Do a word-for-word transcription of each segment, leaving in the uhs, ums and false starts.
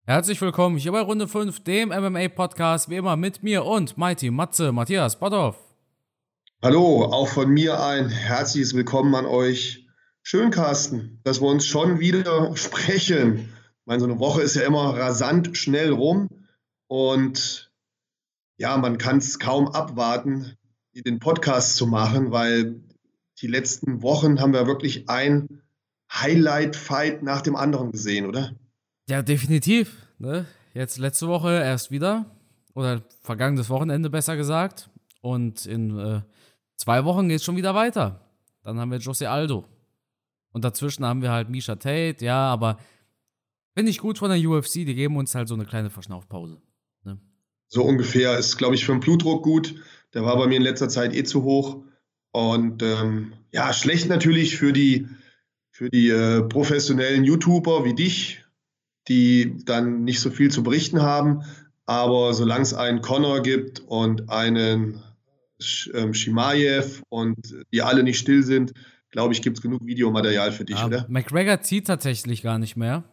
Herzlich willkommen hier bei Runde fünf, dem M M A-Podcast, wie immer mit mir und Mighty Matze, Matthias Botthoff. Hallo, auch von mir ein herzliches Willkommen an euch. Schön, Carsten, dass wir uns schon wieder sprechen. Ich meine, so eine Woche ist ja immer rasant schnell rum und ja, man kann es kaum abwarten, den Podcast zu machen, weil die letzten Wochen haben wir wirklich ein Highlight-Fight nach dem anderen gesehen, oder? Ja, definitiv. Ne? Jetzt letzte Woche erst wieder, oder vergangenes Wochenende besser gesagt. Und in äh, zwei Wochen geht es schon wieder weiter. Dann haben wir Jose Aldo. Und dazwischen haben wir halt Miesha Tate, ja, aber finde ich gut von der U F C, die geben uns halt so eine kleine Verschnaufpause. Ne? So ungefähr ist, glaube ich, für den Blutdruck gut. Der war bei mir in letzter Zeit eh zu hoch. Und ähm, ja, schlecht natürlich für die, für die äh, professionellen YouTuber wie dich, die dann nicht so viel zu berichten haben. Aber solange es einen Conor gibt und einen Sch- ähm, Chimaev und die alle nicht still sind, glaube ich, gibt es genug Videomaterial für dich, Ja, oder? McGregor zieht tatsächlich gar nicht mehr.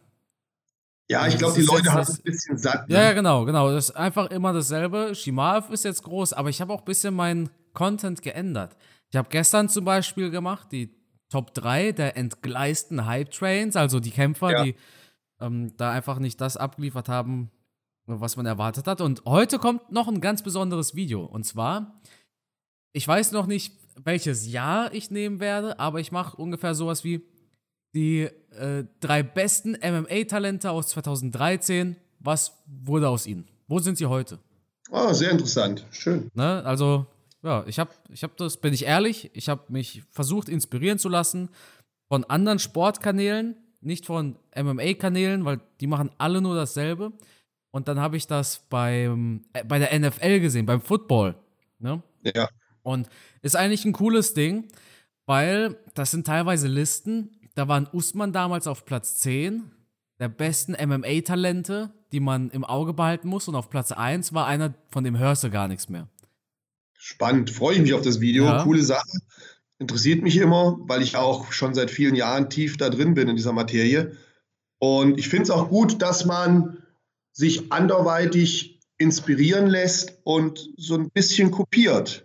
Ja, ich Also glaube, das die ist Leute jetzt haben es das. ein bisschen satt, Ja, ja, ne? genau, genau. Das ist einfach immer dasselbe. Shimaev ist jetzt groß, aber ich habe auch ein bisschen meinen Content geändert. Ich habe gestern zum Beispiel gemacht die Top drei der entgleisten Hype-Trains, also die Kämpfer, Ja. die ähm, da einfach nicht das abgeliefert haben, was man erwartet hat. Und heute kommt noch ein ganz besonderes Video. Und zwar, ich weiß noch nicht, welches Jahr ich nehmen werde, aber ich mache ungefähr sowas wie die äh, drei besten M M A-Talente aus zwanzig dreizehn. Was wurde aus ihnen? Wo sind sie heute? Ah, sehr interessant. Schön. Ne? Also, ja, ich habe ich hab das, bin ich ehrlich, ich habe mich versucht, inspirieren zu lassen von anderen Sportkanälen, nicht von M M A-Kanälen, weil die machen alle nur dasselbe. Und dann habe ich das beim, äh, bei der N F L gesehen, beim Football. Ne? Ja. Und ist eigentlich ein cooles Ding, weil das sind teilweise Listen. Da waren Usman damals auf Platz zehn der besten M M A-Talente, die man im Auge behalten muss. Und auf Platz eins war einer, von dem hörst du gar nichts mehr. Spannend, freue ich mich auf das Video. Ja. Coole Sache. Interessiert mich immer, weil ich auch schon seit vielen Jahren tief da drin bin in dieser Materie. Und ich finde es auch gut, dass man sich anderweitig inspirieren lässt und so ein bisschen kopiert.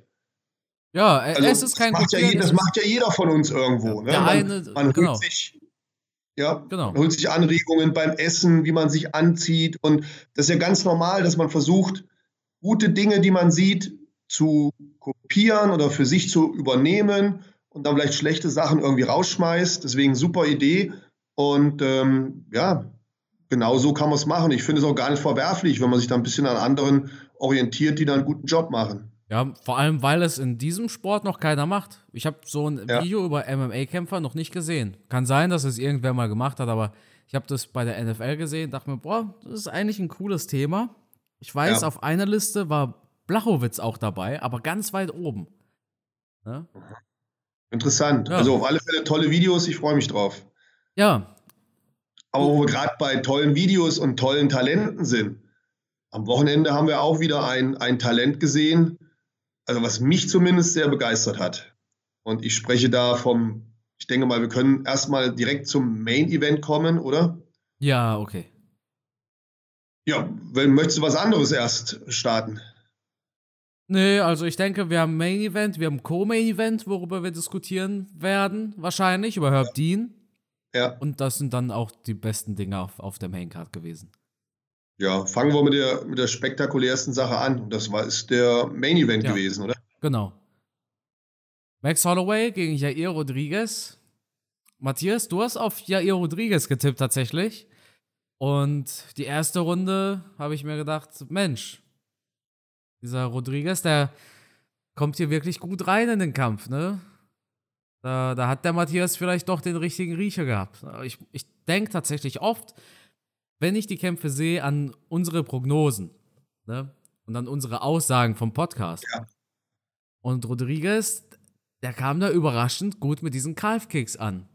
Ja, äh, Also es ist das kein macht ja, Kopieren, je- es das ist macht ja jeder von uns ja, irgendwo. Ne? der Man, eine, man holt genau, sich, ja, man genau. holt sich Anregungen beim Essen, wie man sich anzieht. Und das ist ja ganz normal, dass man versucht, gute Dinge, die man sieht, zu kopieren oder für sich zu übernehmen und dann vielleicht schlechte Sachen irgendwie rausschmeißt. Deswegen super Idee. Und ähm, ja, genau so kann man es machen. Ich finde es auch gar nicht verwerflich, wenn man sich da ein bisschen an anderen orientiert, die da einen guten Job machen. Ja, vor allem, weil es in diesem Sport noch keiner macht. Ich habe so ein Ja, Video über M M A-Kämpfer noch nicht gesehen. Kann sein, dass es irgendwer mal gemacht hat, aber ich habe das bei der N F L gesehen, dachte mir, boah, das ist eigentlich ein cooles Thema. Ich weiß, ja. auf einer Liste war Blachowitz auch dabei, aber ganz weit oben. Ne? Interessant. Ja, Also auf alle Fälle tolle Videos, ich freue mich drauf. ja, Aber wo wir gerade bei tollen Videos und tollen Talenten sind, am Wochenende haben wir auch wieder ein, ein Talent gesehen, also was mich zumindest sehr begeistert hat. Und ich spreche da vom, ich denke mal, wir können erstmal direkt zum Main Event kommen, oder? ja, okay. Ja, wenn, möchtest du was anderes erst starten? Nee, also ich denke, wir haben Main Event, wir haben Co-Main Event, worüber wir diskutieren werden, wahrscheinlich, über Herb Dean. Ja, Und das sind dann auch die besten Dinge auf, auf der Maincard gewesen. ja, fangen wir mit der, mit der spektakulärsten Sache an. Und das war, ist der Main Event Ja, gewesen, oder? genau. Max Holloway gegen Jair Rodriguez. Matthias, du hast auf Jair Rodriguez getippt tatsächlich. Und die erste Runde habe ich mir gedacht, Mensch, dieser Rodriguez, der kommt hier wirklich gut rein in den Kampf, ne? Da, da hat der Matthias vielleicht doch den richtigen Riecher gehabt. Ich, ich denke tatsächlich oft, wenn ich die Kämpfe sehe, an unsere Prognosen, ne? Und an unsere Aussagen vom Podcast. Ja. Und Rodriguez, der kam da überraschend gut mit diesen Calf-Kicks an.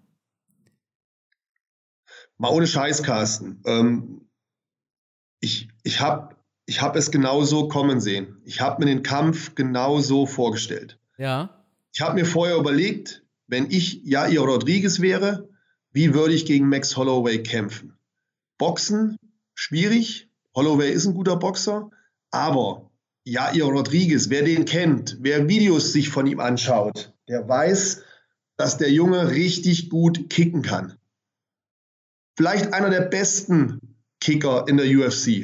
Mal ohne Scheiß, Carsten. Ähm, ich ich habe ich hab es genauso kommen sehen. Ich habe mir den Kampf genauso vorgestellt. Ja, Ich habe mir vorher überlegt, wenn ich Jair Rodriguez wäre, wie würde ich gegen Max Holloway kämpfen? Boxen, schwierig. Holloway ist ein guter Boxer, aber Jair Rodriguez, wer den kennt, wer Videos sich von ihm anschaut, der weiß, dass der Junge richtig gut kicken kann. Vielleicht einer der besten Kicker in der U F C.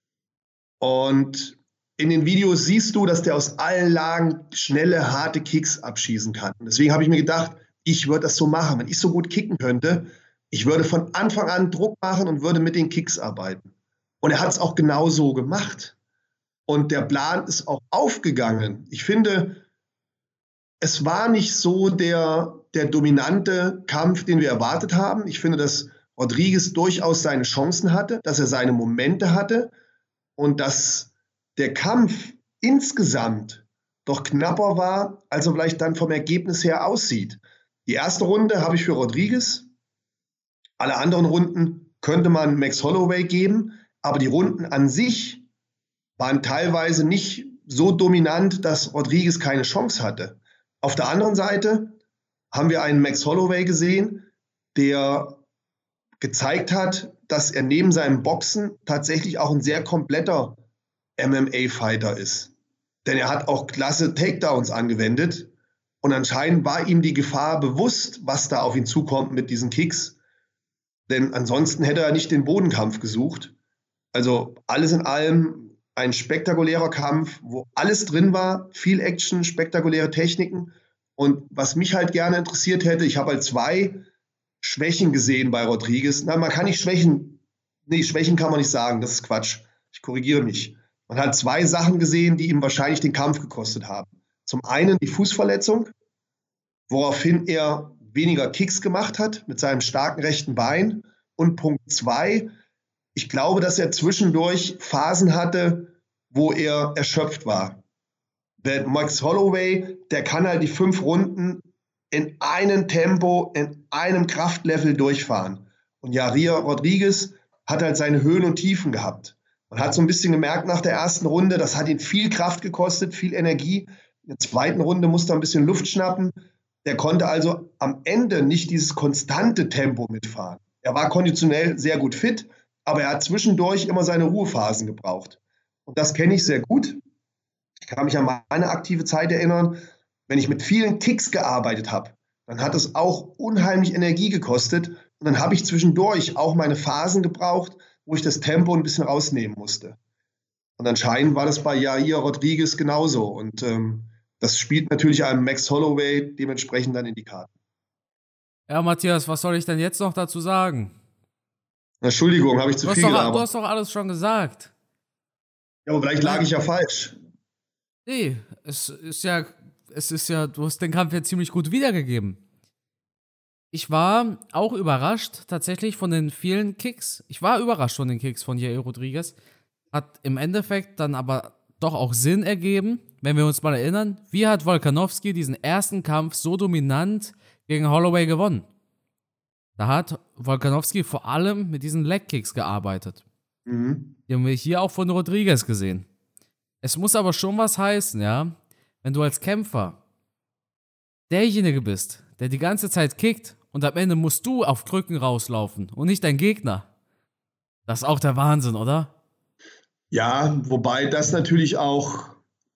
Und in den Videos siehst du, dass der aus allen Lagen schnelle, harte Kicks abschießen kann. Und deswegen habe ich mir gedacht, ich würde das so machen. Wenn ich so gut kicken könnte, ich würde von Anfang an Druck machen und würde mit den Kicks arbeiten. Und er hat es auch genau so gemacht. Und der Plan ist auch aufgegangen. Ich finde, es war nicht so der, der dominante Kampf, den wir erwartet haben. Ich finde, dass Rodriguez durchaus seine Chancen hatte, dass er seine Momente hatte und dass der Kampf insgesamt doch knapper war, als er vielleicht dann vom Ergebnis her aussieht. Die erste Runde habe ich für Rodriguez. Alle anderen Runden könnte man Max Holloway geben, aber die Runden an sich waren teilweise nicht so dominant, dass Rodriguez keine Chance hatte. Auf der anderen Seite haben wir einen Max Holloway gesehen, der gezeigt hat, dass er neben seinem Boxen tatsächlich auch ein sehr kompletter M M A-Fighter ist. Denn er hat auch klasse Takedowns angewendet und anscheinend war ihm die Gefahr bewusst, was da auf ihn zukommt mit diesen Kicks. Denn ansonsten hätte er nicht den Bodenkampf gesucht. Also alles in allem ein spektakulärer Kampf, wo alles drin war, viel Action, spektakuläre Techniken. Und was mich halt gerne interessiert hätte, ich habe halt zwei Schwächen gesehen bei Rodriguez. Na, man kann nicht Schwächen, nee, Schwächen kann man nicht sagen, das ist Quatsch. Ich korrigiere mich. Man hat zwei Sachen gesehen, die ihm wahrscheinlich den Kampf gekostet haben. Zum einen die Fußverletzung, woraufhin er weniger Kicks gemacht hat mit seinem starken rechten Bein. Und Punkt zwei, ich glaube, dass er zwischendurch Phasen hatte, wo er erschöpft war. Der Max Holloway, der kann halt die fünf Runden in einem Tempo, in einem Kraftlevel durchfahren. Und Jair Rodriguez hat halt seine Höhen und Tiefen gehabt. Man hat so ein bisschen gemerkt nach der ersten Runde, das hat ihn viel Kraft gekostet, viel Energie. In der zweiten Runde musste er ein bisschen Luft schnappen. Der konnte also am Ende nicht dieses konstante Tempo mitfahren. Er war konditionell sehr gut fit, aber er hat zwischendurch immer seine Ruhephasen gebraucht. Und das kenne ich sehr gut. Ich kann mich an meine aktive Zeit erinnern, wenn ich mit vielen Kicks gearbeitet habe, dann hat es auch unheimlich Energie gekostet. Und dann habe ich zwischendurch auch meine Phasen gebraucht, wo ich das Tempo ein bisschen rausnehmen musste. Und anscheinend war das bei Jair Rodriguez genauso. Und ähm, das spielt natürlich einem Max Holloway dementsprechend dann in die Karten. Ja, Matthias, was soll ich denn jetzt noch dazu sagen? Entschuldigung, habe ich zu du viel doch, gelabert. Du hast doch alles schon gesagt. Ja, aber vielleicht lag ich ja falsch. Nee, es ist ja, es ist ja, du hast den Kampf ja ziemlich gut wiedergegeben. Ich war auch überrascht tatsächlich von den vielen Kicks. Ich war überrascht von den Kicks von Jair Rodriguez. Hat im Endeffekt dann aber doch auch Sinn ergeben, wenn wir uns mal erinnern, wie hat Volkanovski diesen ersten Kampf so dominant gegen Holloway gewonnen? Da hat Volkanovski vor allem mit diesen Leg-Kicks gearbeitet. Mhm. Die haben wir hier auch von Rodriguez gesehen. Es muss aber schon was heißen, ja, wenn du als Kämpfer derjenige bist, der die ganze Zeit kickt und am Ende musst du auf Krücken rauslaufen und nicht dein Gegner. Das ist auch der Wahnsinn, oder? Ja, wobei das natürlich auch,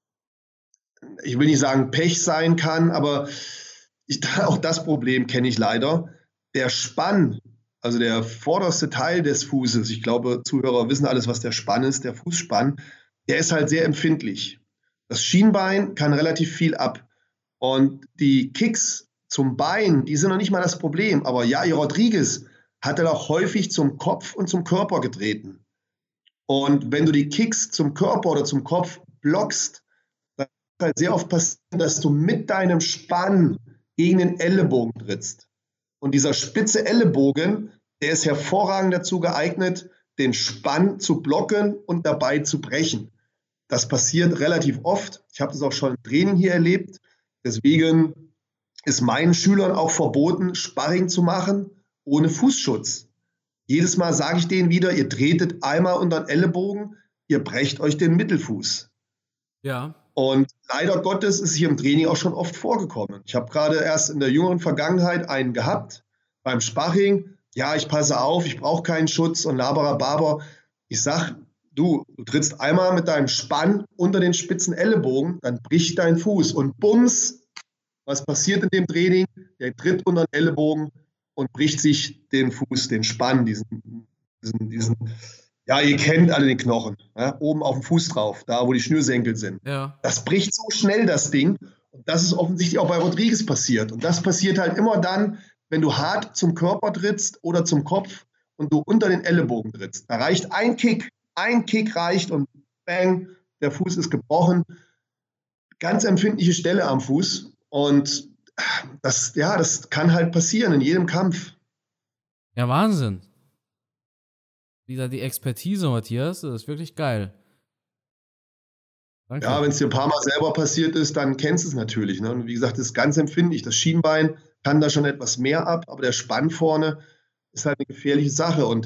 ich will nicht sagen Pech sein kann, aber ich, auch das Problem kenne ich leider. Der Spann, also der vorderste Teil des Fußes, ich glaube, Zuhörer wissen alles, was der Spann ist, der Fußspann, der ist halt sehr empfindlich. Das Schienbein kann relativ viel ab. Und die Kicks zum Bein, die sind noch nicht mal das Problem. Aber Jair Rodriguez hat er auch häufig zum Kopf und zum Körper getreten. Und wenn du die Kicks zum Körper oder zum Kopf blockst, dann kann halt sehr oft passieren, dass du mit deinem Spann gegen den Ellenbogen trittst. Und dieser spitze Ellenbogen, der ist hervorragend dazu geeignet, den Spann zu blocken und dabei zu brechen. Das passiert relativ oft. Ich habe das auch schon im Training hier erlebt. Deswegen ist meinen Schülern auch verboten, Sparring zu machen ohne Fußschutz. Jedes Mal sage ich denen wieder, ihr tretet einmal unter den Ellenbogen, ihr brecht euch den Mittelfuß. Ja. Und leider Gottes ist es hier im Training auch schon oft vorgekommen. Ich habe gerade erst in der jüngeren Vergangenheit einen gehabt beim Sparring. Ja, ich passe auf, ich brauche keinen Schutz und laberababer. Ich sag, du, du trittst einmal mit deinem Spann unter den spitzen Ellenbogen, dann bricht dein Fuß und bums, was passiert in dem Training? Der tritt unter den Ellenbogen und bricht sich den Fuß, den Spann, diesen, diesen, diesen ja, ihr kennt alle den Knochen, ja, oben auf dem Fuß drauf, da wo die Schnürsenkel sind. Ja. Das bricht so schnell, das Ding. Und das ist offensichtlich auch bei Rodriguez passiert. Und das passiert halt immer dann, wenn du hart zum Körper trittst oder zum Kopf und du unter den Ellenbogen trittst. Da reicht ein Kick, ein Kick reicht und bang, der Fuß ist gebrochen. Ganz empfindliche Stelle am Fuß. Und das, ja, das kann halt passieren in jedem Kampf. Ja, Wahnsinn. Wieder die Expertise, Matthias, das ist wirklich geil. Danke. Ja, wenn es dir ein paar Mal selber passiert ist, dann kennst du es natürlich. Ne? Und wie gesagt, das ist ganz empfindlich. Das Schienbein kann da schon etwas mehr ab, aber der Spann vorne ist halt eine gefährliche Sache. Und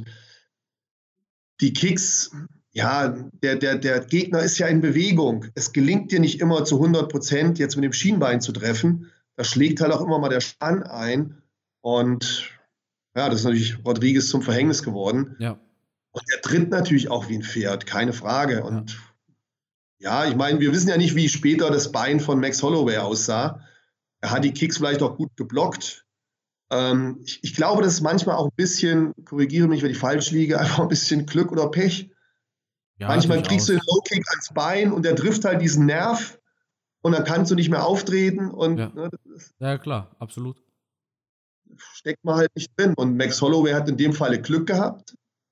die Kicks, ja, der, der, der Gegner ist ja in Bewegung. Es gelingt dir nicht immer zu hundert Prozent jetzt mit dem Schienbein zu treffen. Da schlägt halt auch immer mal der Spann ein. Und ja, das ist natürlich Rodriguez zum Verhängnis geworden. Ja. Und er tritt natürlich auch wie ein Pferd, keine Frage. Und ja, ja ich meine, wir wissen ja nicht, wie später das Bein von Max Holloway aussah. Er hat die Kicks vielleicht auch gut geblockt. Ähm, ich, ich glaube, das ist manchmal auch ein bisschen, korrigiere mich, wenn ich falsch liege, einfach ein bisschen Glück oder Pech. Ja, manchmal kriegst du den Low-Kick ans Bein und der trifft halt diesen Nerv und dann kannst du nicht mehr auftreten. Und, ja. Ne, das ja, klar, absolut. Steckt man halt nicht drin. Und Max Holloway hat in dem Falle Glück gehabt.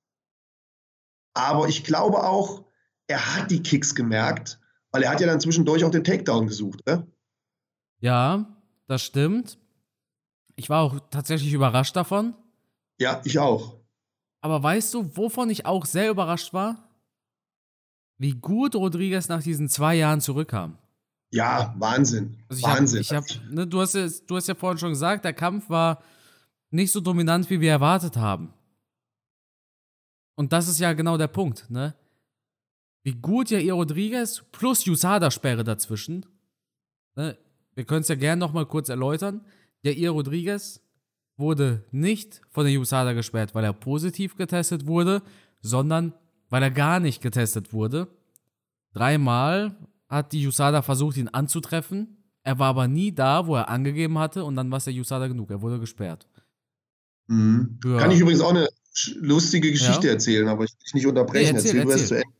Aber ich glaube auch, er hat die Kicks gemerkt, weil er hat ja dann zwischendurch auch den Takedown gesucht. Ne? Ja, das stimmt. Ich war auch tatsächlich überrascht davon. Ja, ich auch. Aber weißt du, wovon ich auch sehr überrascht war? Wie gut Rodriguez nach diesen zwei Jahren zurückkam. Ja, Wahnsinn. Also ich Wahnsinn. Hab, ich hab, ne, du, hast ja, du hast ja vorhin schon gesagt, der Kampf war nicht so dominant, wie wir erwartet haben. Und das ist ja genau der Punkt, ne? Wie gut ja ihr Rodriguez plus U S A D A-Sperre dazwischen. Ne? Wir können es ja gerne nochmal kurz erläutern. Der ihr Rodriguez wurde nicht von der U S A D A gesperrt, weil er positiv getestet wurde, sondern weil er gar nicht getestet wurde. Dreimal hat die U S A D A versucht, ihn anzutreffen. Er war aber nie da, wo er angegeben hatte, und dann war es der U S A D A genug. Er wurde gesperrt. Mhm. Ja. Kann ich übrigens auch eine lustige Geschichte ja. erzählen, aber ich will dich nicht unterbrechen. Ja, erzähl, erzähl, erzähl. Du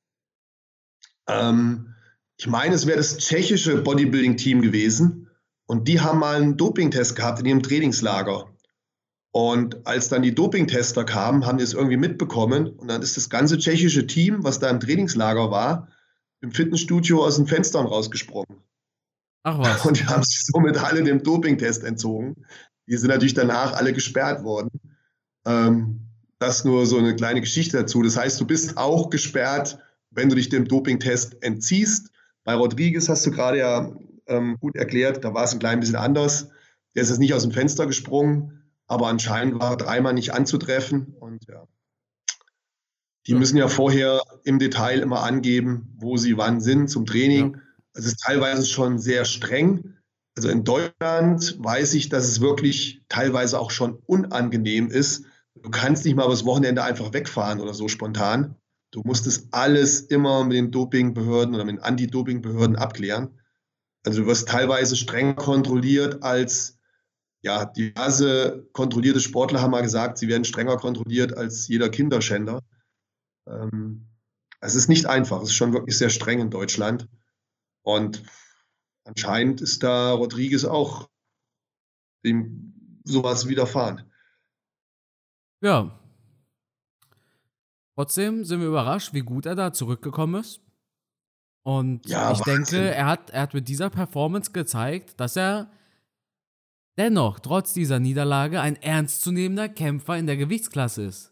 ähm, ich meine, es wäre das tschechische Bodybuilding-Team gewesen und die haben mal einen Dopingtest gehabt in ihrem Trainingslager. Und als dann die Dopingtester kamen, haben die es irgendwie mitbekommen und dann ist das ganze tschechische Team, was da im Trainingslager war, im Fitnessstudio aus den Fenstern rausgesprungen. Ach was. Und die haben sich somit alle dem Dopingtest entzogen. Die sind natürlich danach alle gesperrt worden. Ähm, das nur so eine kleine Geschichte dazu. Das heißt, du bist auch gesperrt, wenn du dich dem Dopingtest entziehst. Bei Rodriguez hast du gerade ja ähm, gut erklärt, da war es ein klein bisschen anders. Der ist jetzt nicht aus dem Fenster gesprungen, aber anscheinend war er dreimal nicht anzutreffen. Und ja, die ja. müssen ja vorher im Detail immer angeben, wo sie wann sind zum Training. Ja. Es ist teilweise schon sehr streng. Also in Deutschland weiß ich, dass es wirklich teilweise auch schon unangenehm ist. Du kannst nicht mal übers Wochenende einfach wegfahren oder so spontan. Du musst das alles immer mit den Dopingbehörden oder mit den Anti-Doping-Behörden abklären. Also du wirst teilweise strenger kontrolliert als, ja, diverse kontrollierte Sportler haben mal gesagt, sie werden strenger kontrolliert als jeder Kinderschänder. Ähm, es ist nicht einfach, es ist schon wirklich sehr streng in Deutschland. Und anscheinend ist da Rodriguez auch dem sowas widerfahren. Ja. Trotzdem sind wir überrascht, wie gut er da zurückgekommen ist. Und ja, ich Wahnsinn. denke, er hat, er hat mit dieser Performance gezeigt, dass er dennoch, trotz dieser Niederlage, ein ernstzunehmender Kämpfer in der Gewichtsklasse ist.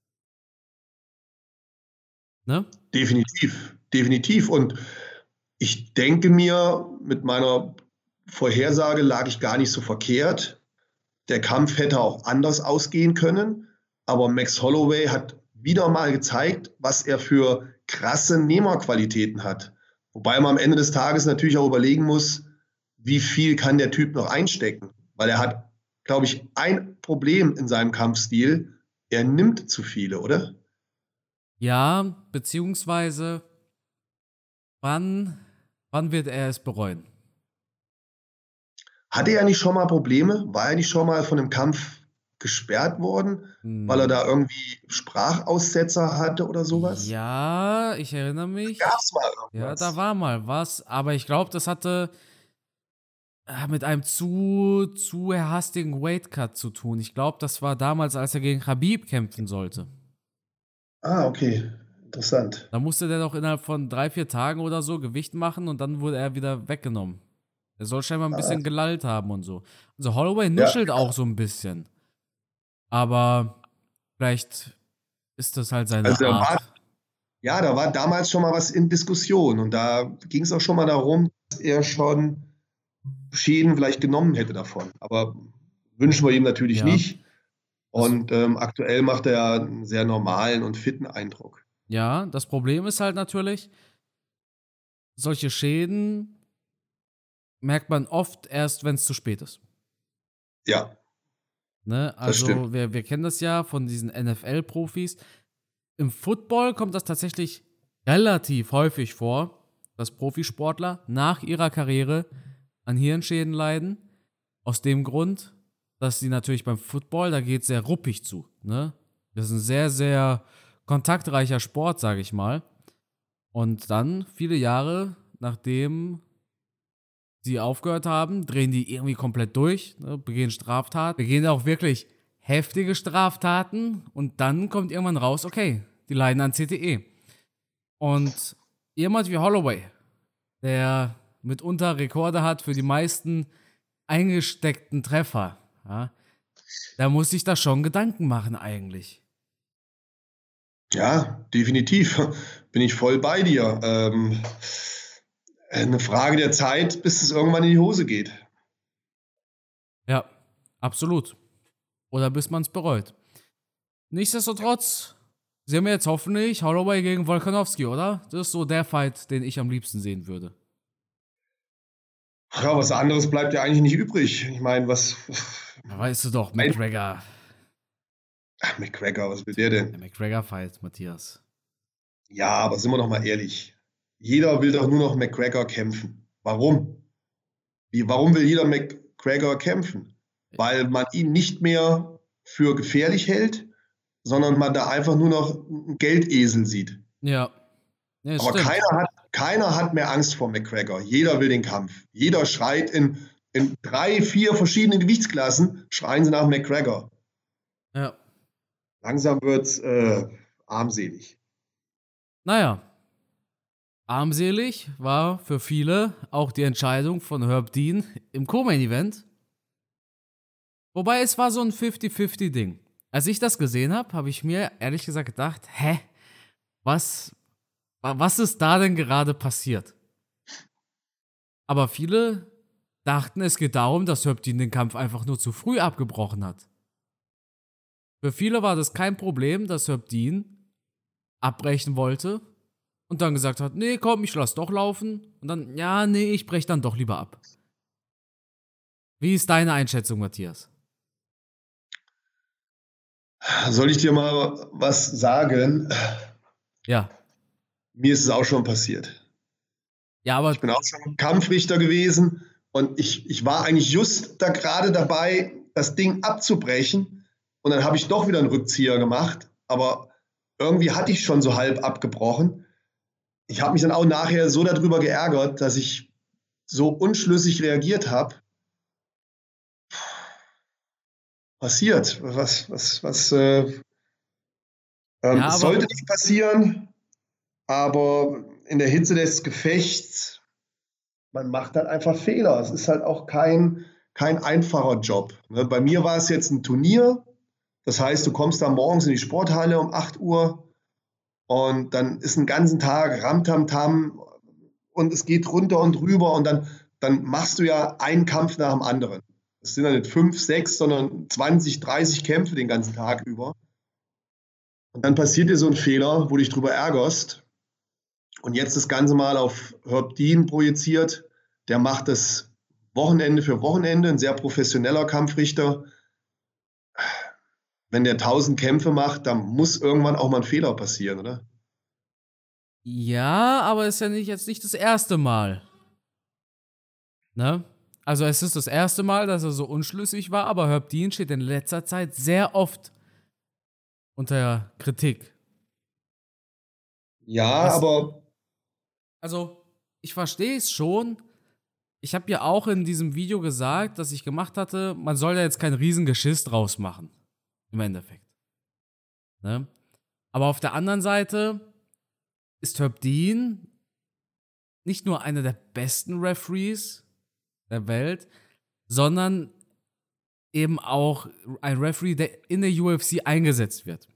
Ne? Definitiv, definitiv. Und ich denke mir, mit meiner Vorhersage lag ich gar nicht so verkehrt. Der Kampf hätte auch anders ausgehen können, aber Max Holloway hat wieder mal gezeigt, was er für krasse Nehmerqualitäten hat. Wobei man am Ende des Tages natürlich auch überlegen muss, wie viel kann der Typ noch einstecken. Weil er hat, glaube ich, ein Problem in seinem Kampfstil. Er nimmt zu viele, oder? Ja, beziehungsweise wann, wann wird er es bereuen? Hatte er nicht schon mal Probleme? War er nicht schon mal von einem Kampf gesperrt worden, weil er Hm, da irgendwie Sprachaussetzer hatte oder sowas? ja, ich erinnere Gab mich. es mal Ja, da irgendwas? war mal was, aber ich glaube, das hatte äh, mit einem zu, zu hastigen Weightcut zu tun. Ich glaube, das war damals, als er gegen Khabib kämpfen sollte. Ah, okay, interessant. Da musste der doch innerhalb von drei, vier Tagen oder so Gewicht machen und dann wurde er wieder weggenommen. Er soll scheinbar ein Ah, bisschen gelallt haben und so. Also Holloway ja, nuschelt auch so ein bisschen. Aber vielleicht ist das halt seine also da war, Art. ja, da war damals schon mal was in Diskussion und da ging es auch schon mal darum, dass er schon Schäden vielleicht genommen hätte davon. Aber wünschen wir ihm natürlich Ja. nicht. Das, Und ähm, aktuell macht er einen sehr normalen und fitten Eindruck. ja, das Problem ist halt natürlich, solche Schäden merkt man oft erst, wenn es zu spät ist. Ja, Ne? das stimmt. Also, wir, wir kennen das ja von diesen N F L-Profis. Im Football kommt das tatsächlich relativ häufig vor, dass Profisportler nach ihrer Karriere an Hirnschäden leiden. Aus dem Grund, dass sie natürlich beim Football, da geht es sehr ruppig zu. Ne? Das ist ein sehr, sehr kontaktreicher Sport, sage ich mal. Und dann, viele Jahre nachdem sie aufgehört haben, drehen die irgendwie komplett durch, ne, begehen Straftaten, begehen auch wirklich heftige Straftaten und dann kommt irgendwann raus, okay, die leiden an C T E. Und jemand wie Holloway, der mitunter Rekorde hat für die meisten eingesteckten Treffer, ja, da muss sich da schon Gedanken machen eigentlich. Ja, definitiv. Bin ich voll bei dir. Ähm, eine Frage der Zeit, bis es irgendwann in die Hose geht. Ja, absolut. Oder bis man es bereut. Nichtsdestotrotz sehen wir jetzt hoffentlich Holloway gegen Volkanovski, oder? Das ist so der Fight, den ich am liebsten sehen würde. Ja, was anderes bleibt ja eigentlich nicht übrig. Ich meine, was. Ja, weißt du doch, McGregor. Ach, McGregor, was will der Der denn? McGregor-Fight, Matthias. Ja, aber sind wir doch mal ehrlich. Jeder will doch nur noch McGregor kämpfen. Warum? Wie, warum will jeder McGregor kämpfen? Weil man ihn nicht mehr für gefährlich hält, sondern man da einfach nur noch einen Geldesel sieht. Ja, ja, es Aber stimmt. keiner hat, keiner hat mehr Angst vor McGregor. Jeder will den Kampf. Jeder schreit in, in drei, vier verschiedenen Gewichtsklassen, schreien sie nach McGregor. Ja. Langsam wird es äh, armselig. Naja, armselig war für viele auch die Entscheidung von Herb Dean im Co-Main-Event. Wobei es war so ein fünfzig fünfzig-Ding. Als ich das gesehen habe, habe ich mir ehrlich gesagt gedacht, hä, was, was ist da denn gerade passiert? Aber viele dachten, es geht darum, dass Herb Dean den Kampf einfach nur zu früh abgebrochen hat. Für viele war das kein Problem, dass Herb Dean abbrechen wollte und dann gesagt hat, nee, komm, ich lass doch laufen. Und dann, ja, nee, ich brech dann doch lieber ab. Wie ist deine Einschätzung, Matthias? Soll ich dir mal was sagen? Ja. Mir ist es auch schon passiert. Ja, aber Ich bin auch schon Kampfrichter gewesen und ich, ich war eigentlich just da gerade dabei, das Ding abzubrechen. Und dann habe ich doch wieder einen Rückzieher gemacht. Aber irgendwie hatte ich schon so halb abgebrochen. Ich habe mich dann auch nachher so darüber geärgert, dass ich so unschlüssig reagiert habe. Passiert. Was, was, was, äh, ähm, ja, es aber sollte nicht passieren, aber in der Hitze des Gefechts, man macht halt einfach Fehler. Es ist halt auch kein, kein einfacher Job. Ne? Bei mir war es jetzt ein Turnier. Das heißt, du kommst da morgens in die Sporthalle um acht Uhr und dann ist einen ganzen Tag Ramtamtam und es geht runter und rüber und dann, dann machst du ja einen Kampf nach dem anderen. Es sind ja nicht fünf, sechs, sondern zwanzig, dreißig Kämpfe den ganzen Tag über. Und dann passiert dir so ein Fehler, wo du dich drüber ärgerst. Und jetzt das Ganze mal auf Herb Dean projiziert. Der macht das Wochenende für Wochenende, ein sehr professioneller Kampfrichter. wenn der tausend Kämpfe macht, dann muss irgendwann auch mal ein Fehler passieren, oder? Ja, aber ist ja nicht, jetzt nicht das erste Mal. Ne? Also es ist das erste Mal, dass er so unschlüssig war, aber Herb Dean steht in letzter Zeit sehr oft unter Kritik. Ja, Was, aber also, ich verstehe es schon. Ich habe ja auch in diesem Video gesagt, das ich gemacht hatte, man soll da jetzt kein Riesengeschiss draus machen. Im Endeffekt. Ne? Aber auf der anderen Seite ist Herb Dean nicht nur einer der besten Referees der Welt, sondern eben auch ein Referee, der in der U F C eingesetzt wird.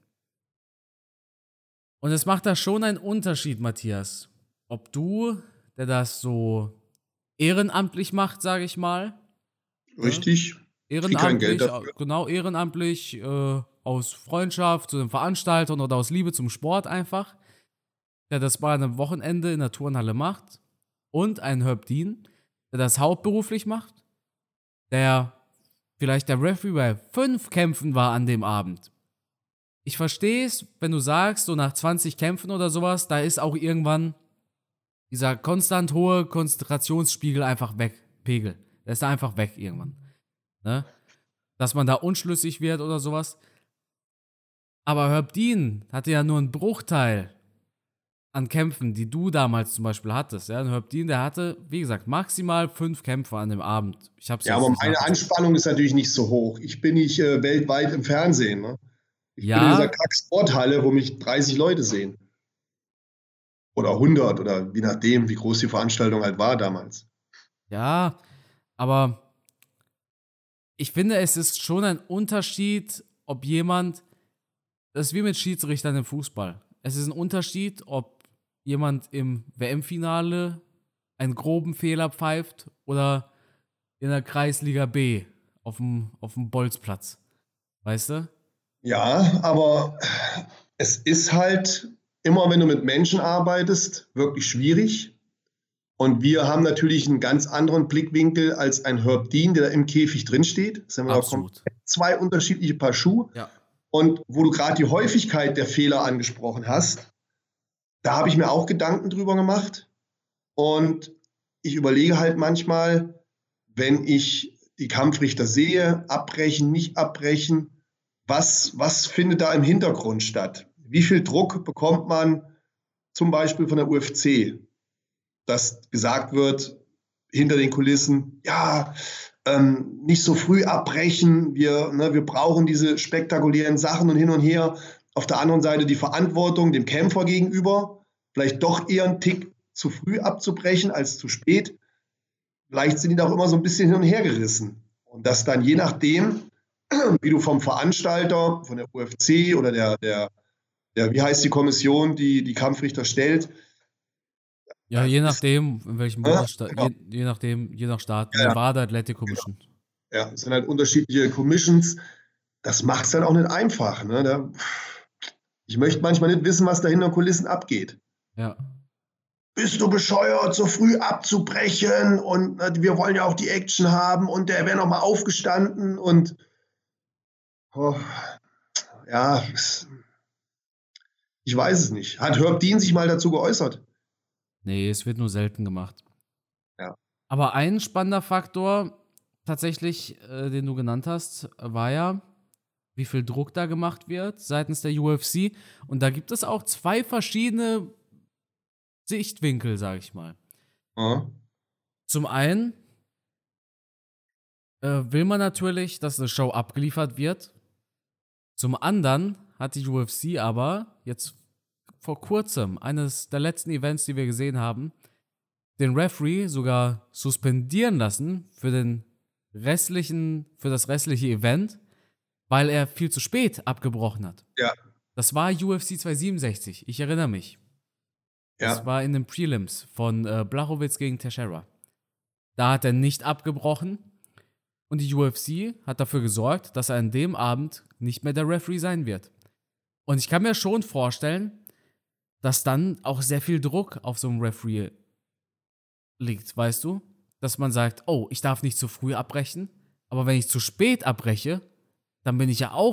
Und es macht da schon einen Unterschied, Matthias, ob du, der das so ehrenamtlich macht, sage ich mal, ne? richtig, ich krieg kein Geld Ehrenamtlich, äh, dafür. genau ehrenamtlich, äh, aus Freundschaft zu den Veranstaltern oder aus Liebe zum Sport einfach, der das mal an einem Wochenende in der Turnhalle macht, und einen Herb Dean, der das hauptberuflich macht, der vielleicht der Referee bei fünf Kämpfen war an dem Abend. Ich verstehe es, wenn du sagst, so nach zwanzig Kämpfen oder sowas, da ist auch irgendwann dieser konstant hohe Konzentrationsspiegel einfach weg, Pegel. Der ist da einfach weg irgendwann. Ne? Dass man da unschlüssig wird oder sowas. Aber Herb Dean hatte ja nur einen Bruchteil an Kämpfen, die du damals zum Beispiel hattest. Ja? Und Herb Dean, der hatte, wie gesagt, maximal fünf Kämpfe an dem Abend. Ich hab's Ja, jetzt aber nicht meine nachgezählt. Anspannung ist natürlich nicht so hoch. Ich bin nicht äh, weltweit im Fernsehen. Ne? Ich bin in dieser Ja, Kack-Sporthalle, wo mich dreißig Leute sehen. Oder hundert oder je nachdem, wie groß die Veranstaltung halt war damals. ja, aber ich finde, es ist schon ein Unterschied, ob jemand, das ist wie mit Schiedsrichtern im Fußball. Es ist ein Unterschied, ob jemand im W M-Finale einen groben Fehler pfeift oder in der Kreisliga B auf dem, auf dem Bolzplatz. Weißt du? Ja, aber es ist halt immer, wenn du mit Menschen arbeitest, wirklich schwierig. Und wir haben natürlich einen ganz anderen Blickwinkel als ein Herb Dean, der da im Käfig drinsteht. Das sind wir da komplett Absolut. zwei unterschiedliche Paar Schuhe. Ja. Und wo du gerade die Häufigkeit der Fehler angesprochen hast, da habe ich mir auch Gedanken drüber gemacht. Und ich überlege halt manchmal, wenn ich die Kampfrichter sehe, abbrechen, nicht abbrechen, was, was findet da im Hintergrund statt? Wie viel Druck bekommt man zum Beispiel von der U F C, dass gesagt wird, hinter den Kulissen, ja, ähm, nicht so früh abbrechen, wir, ne, wir brauchen diese spektakulären Sachen und hin und her. Auf der anderen Seite die Verantwortung dem Kämpfer gegenüber, vielleicht doch eher einen Tick zu früh abzubrechen als zu spät. Vielleicht sind die da auch immer so ein bisschen hin und her gerissen. Und dass dann je nachdem, wie du vom Veranstalter, von der U F C oder der, der, der wie heißt die Kommission, die die Kampfrichter stellt, Ja, je nachdem, in welchem äh, Bundesstaat, genau, je, je nachdem, je nach Staat. ja, Nevada Athletic genau. Commission. Ja, es sind halt unterschiedliche Commissions. Das macht es dann auch nicht einfach. Ne? Da, ich möchte manchmal nicht wissen, was da hinter Kulissen abgeht. Ja. Bist du bescheuert, so früh abzubrechen? Und äh, wir wollen ja auch die Action haben und der wäre noch mal aufgestanden und oh, ja, ich weiß es nicht. Hat Herb Dean sich mal dazu geäußert? Nee, es wird nur selten gemacht. Ja. Aber ein spannender Faktor, tatsächlich, äh, den du genannt hast, war ja, wie viel Druck da gemacht wird seitens der U F C. Und da gibt es auch zwei verschiedene Sichtwinkel, sag ich mal. Ja. Zum einen äh, will man natürlich, dass eine Show abgeliefert wird. Zum anderen hat die U F C aber jetzt vor kurzem, eines der letzten Events, die wir gesehen haben, den Referee sogar suspendieren lassen für den restlichen, für das restliche Event, weil er viel zu spät abgebrochen hat. Ja. Das war U F C zweihundertsiebenundsechzig, ich erinnere mich. Das Ja. war in den Prelims von äh, Blachowicz gegen Teixeira. Da hat er nicht abgebrochen und die U F C hat dafür gesorgt, dass er an dem Abend nicht mehr der Referee sein wird. Und ich kann mir schon vorstellen, dass dann auch sehr viel Druck auf so einem Referee liegt, weißt du? Dass man sagt, oh, ich darf nicht zu früh abbrechen, aber wenn ich zu spät abbreche, dann bin ich ja auch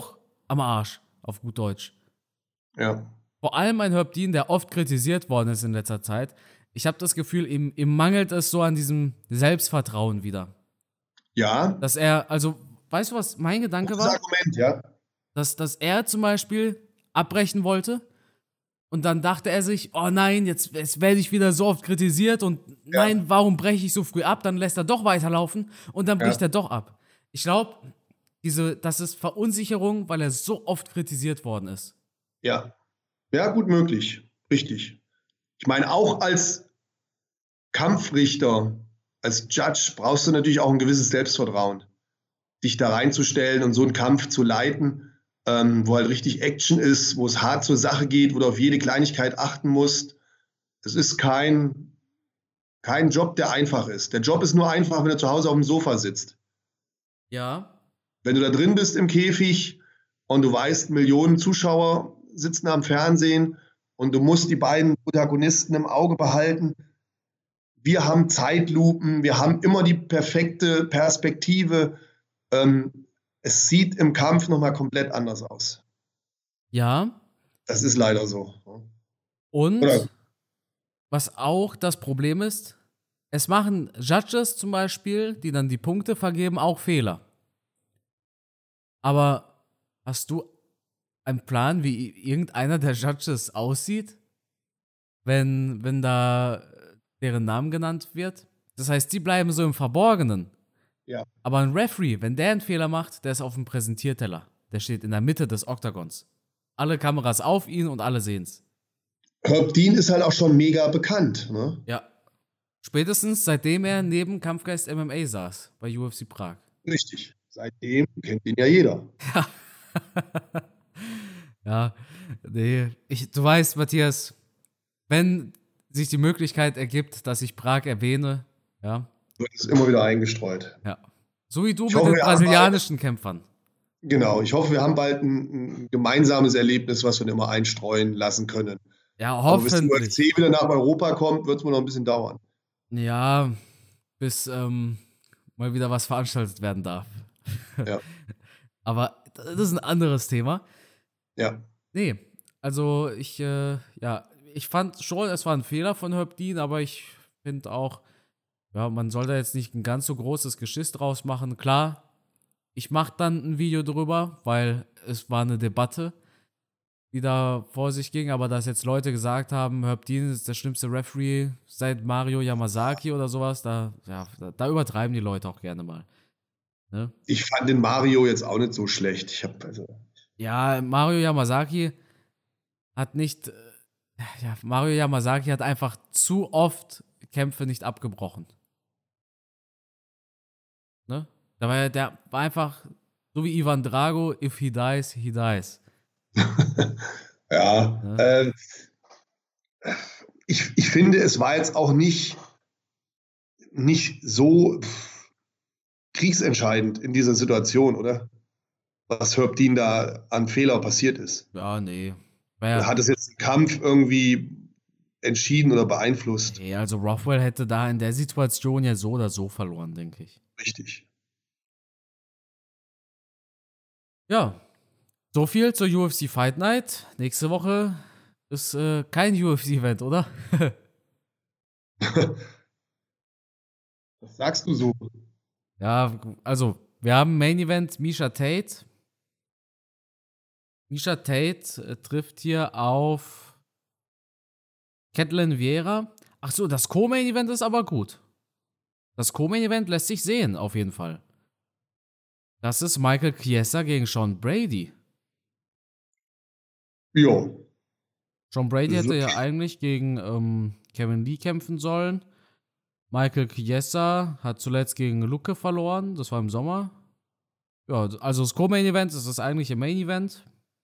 am Arsch, auf gut Deutsch. Ja. Vor allem ein Herb Dean, der oft kritisiert worden ist in letzter Zeit. Ich habe das Gefühl, ihm, ihm mangelt es so an diesem Selbstvertrauen wieder. Ja. Dass er, also, weißt du, was mein Gedanke Gutes war? Argument, ja. Dass, dass er zum Beispiel abbrechen wollte und dann dachte er sich, oh nein, jetzt, jetzt werde ich wieder so oft kritisiert und Ja. nein, warum breche ich so früh ab? Dann lässt er doch weiterlaufen und dann bricht Ja. er doch ab. Ich glaube, diese, das ist Verunsicherung, weil er so oft kritisiert worden ist. Ja. Ja, gut möglich. Richtig. Ich meine, auch als Kampfrichter, als Judge brauchst du natürlich auch ein gewisses Selbstvertrauen, dich da reinzustellen und so einen Kampf zu leiten, ähm, wo halt richtig Action ist, wo es hart zur Sache geht, wo du auf jede Kleinigkeit achten musst. Es ist kein, kein Job, der einfach ist. Der Job ist nur einfach, wenn du zu Hause auf dem Sofa sitzt. Ja. Wenn du da drin bist im Käfig und du weißt, Millionen Zuschauer sitzen am Fernsehen und du musst die beiden Protagonisten im Auge behalten. Wir haben Zeitlupen, wir haben immer die perfekte Perspektive. Ähm, es sieht im Kampf nochmal komplett anders aus. Ja. Das ist leider so. Und Oder? was auch das Problem ist, es machen Judges zum Beispiel, die dann die Punkte vergeben, auch Fehler. Aber hast du einen Plan, wie irgendeiner der Judges aussieht, wenn, wenn da deren Namen genannt wird? Das heißt, die bleiben so im Verborgenen. Ja. Aber ein Referee, wenn der einen Fehler macht, der ist auf dem Präsentierteller. Der steht in der Mitte des Oktagons. Alle Kameras auf ihn und alle sehen's. Herb Dean ist halt auch schon mega bekannt. Ne? Ja. Spätestens seitdem er neben Kampfgeist M M A saß, bei U F C Prag. Richtig. Seitdem kennt ihn ja jeder. Ja. Ja, nee. Ich, du weißt, Matthias, wenn sich die Möglichkeit ergibt, dass ich Prag erwähne, ja. Wird es immer wieder eingestreut. Ja. So wie du Ich mit hoffe, den wir haben brasilianischen Kämpfern. Genau. Ich hoffe, wir haben bald ein, ein gemeinsames Erlebnis, was wir immer einstreuen lassen können. Ja, Aber bis die U F hoffentlich. C wieder nach Europa kommt, wird es wohl noch ein bisschen dauern. Ja, bis ähm, mal wieder was veranstaltet werden darf. Ja. Aber das ist ein anderes Thema. Ja. Nee, also ich, äh, ja, ich fand schon, es war ein Fehler von Herb Dean, aber ich finde auch, ja, man soll da jetzt nicht ein ganz so großes Geschiss draus machen. Klar, ich mache dann ein Video drüber, weil es war eine Debatte, die da vor sich ging, aber dass jetzt Leute gesagt haben, Herb Dean ist der schlimmste Referee seit Mario Yamasaki oder sowas, da, ja, da, da übertreiben die Leute auch gerne mal. Ne? Ich fand den Mario jetzt auch nicht so schlecht. Ich habe also Ja, Mario Yamasaki hat nicht, äh, ja, Mario Yamasaki hat einfach zu oft Kämpfe nicht abgebrochen. Ne? Da war, der war einfach, so wie Ivan Drago, if he dies, he dies. ja. Ja. Äh, ich, ich finde, es war jetzt auch nicht, nicht so pff, kriegsentscheidend in dieser Situation, oder? Was Herb Dean da an Fehler passiert ist. Ja, nee. Ja, Hat es jetzt den Kampf irgendwie entschieden oder beeinflusst? nee, also Rothwell hätte da in der Situation ja so oder so verloren, denke ich. Richtig. Ja, so viel zur U F C Fight Night. Nächste Woche ist äh, kein U F C-Event, oder? Was sagst du so? Ja, also, wir haben Main Event Misha Tate. Misha Tate äh, trifft hier auf Ketlen Vieira. Ach so, das Co-Main Event ist aber gut. Das Co-Main Event lässt sich sehen, auf jeden Fall. Das ist Michael Chiesa gegen Sean Brady. Jo. Sean Brady Das ist hätte ja okay. eigentlich gegen ähm, Kevin Lee kämpfen sollen. Michael Chiesa hat zuletzt gegen Luke verloren. Das war im Sommer. Ja, also das Co-Main-Event ist das eigentliche Main-Event.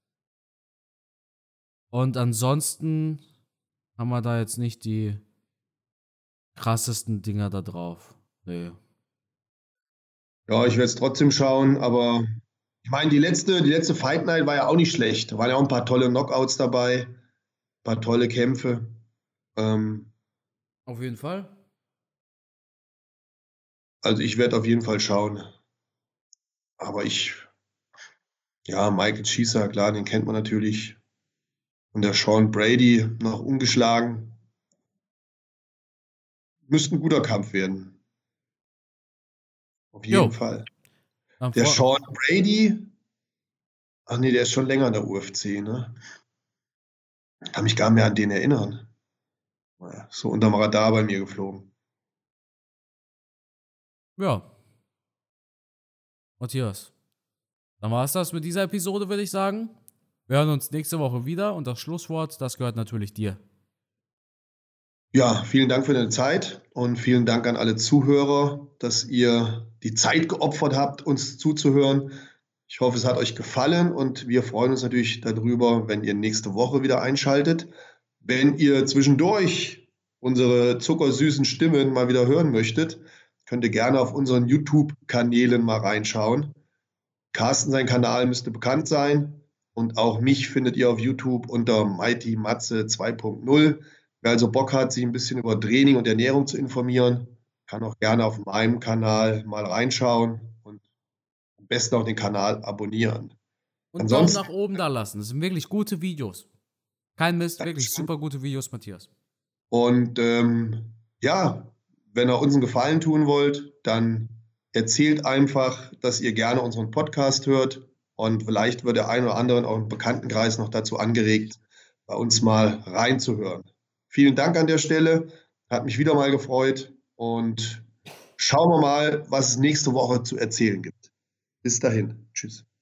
Und ansonsten haben wir da jetzt nicht die krassesten Dinger da drauf. Nee. Ja, ich werde es trotzdem schauen, aber ich meine, die letzte, die letzte Fight Night war ja auch nicht schlecht. Da waren ja auch ein paar tolle Knockouts dabei, ein paar tolle Kämpfe. Ähm, Auf jeden Fall. also ich werde auf jeden Fall schauen. Aber ich, Ja, Michael Chiesa, klar, den kennt man natürlich. Und der Sean Brady noch ungeschlagen. Müsste ein guter Kampf werden. Auf jeden Jo, Fall. dann Der vor. Sean Brady, ach nee, der ist schon länger in der U F C, ne? Kann mich gar nicht mehr an den erinnern. Naja, so unterm Radar bei mir geflogen. Ja, Matthias. Dann war es das mit dieser Episode, würde ich sagen. Wir hören uns nächste Woche wieder und das Schlusswort, das gehört natürlich dir. Ja, vielen Dank für deine Zeit und vielen Dank an alle Zuhörer, dass ihr die Zeit geopfert habt, uns zuzuhören. Ich hoffe, es hat euch gefallen und wir freuen uns natürlich darüber, wenn ihr nächste Woche wieder einschaltet. Wenn ihr zwischendurch unsere zuckersüßen Stimmen mal wieder hören möchtet, könnt ihr gerne auf unseren YouTube-Kanälen mal reinschauen. Carsten, sein Kanal müsste bekannt sein und auch mich findet ihr auf YouTube unter Mighty Matze zwei Punkt null. Wer also Bock hat, sich ein bisschen über Training und Ernährung zu informieren, kann auch gerne auf meinem Kanal mal reinschauen und am besten auch den Kanal abonnieren. Und Daumen Ansonsten, nach oben da lassen. Das sind wirklich gute Videos. Kein Mist, wirklich Dankeschön. super gute Videos, Matthias. Und ähm, ja, wenn ihr uns einen Gefallen tun wollt, dann erzählt einfach, dass ihr gerne unseren Podcast hört und vielleicht wird der ein oder andere auch im Bekanntenkreis noch dazu angeregt, bei uns mal reinzuhören. Vielen Dank an der Stelle, hat mich wieder mal gefreut und schauen wir mal, was es nächste Woche zu erzählen gibt. Bis dahin, tschüss.